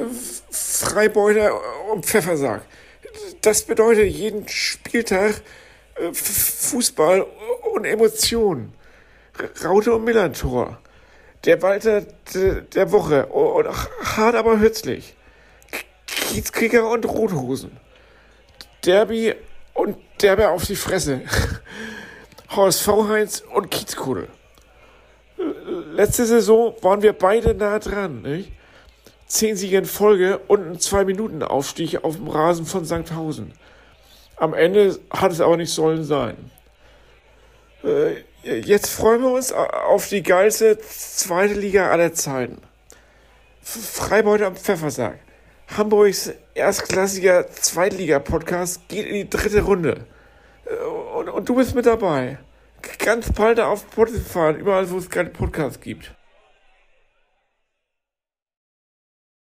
Freibeuter und Pfeffersack. Das bedeutet jeden Spieltag Fußball und Emotionen. Raute und Millantor. Der Walter der Woche und hart aber hürzlich. Kiezkicker und Rothosen. Derby und Derbe auf die Fresse. HSV-Heinz und Kiezkudel. Letzte Saison waren wir beide nah dran, nicht? 10 Siege in Folge und ein 2-Minuten-Aufstieg auf dem Rasen von Sandhausen. Am Ende hat es aber nicht sollen sein. Jetzt freuen wir uns auf die geilste zweite Liga aller Zeiten. Freibeuter am Pfeffersack. Hamburgs erstklassiger Zweitliga-Podcast geht in die 3. Runde. Und du bist mit dabei. Ganz bald auf Spotify, überall, wo es keine Podcasts gibt.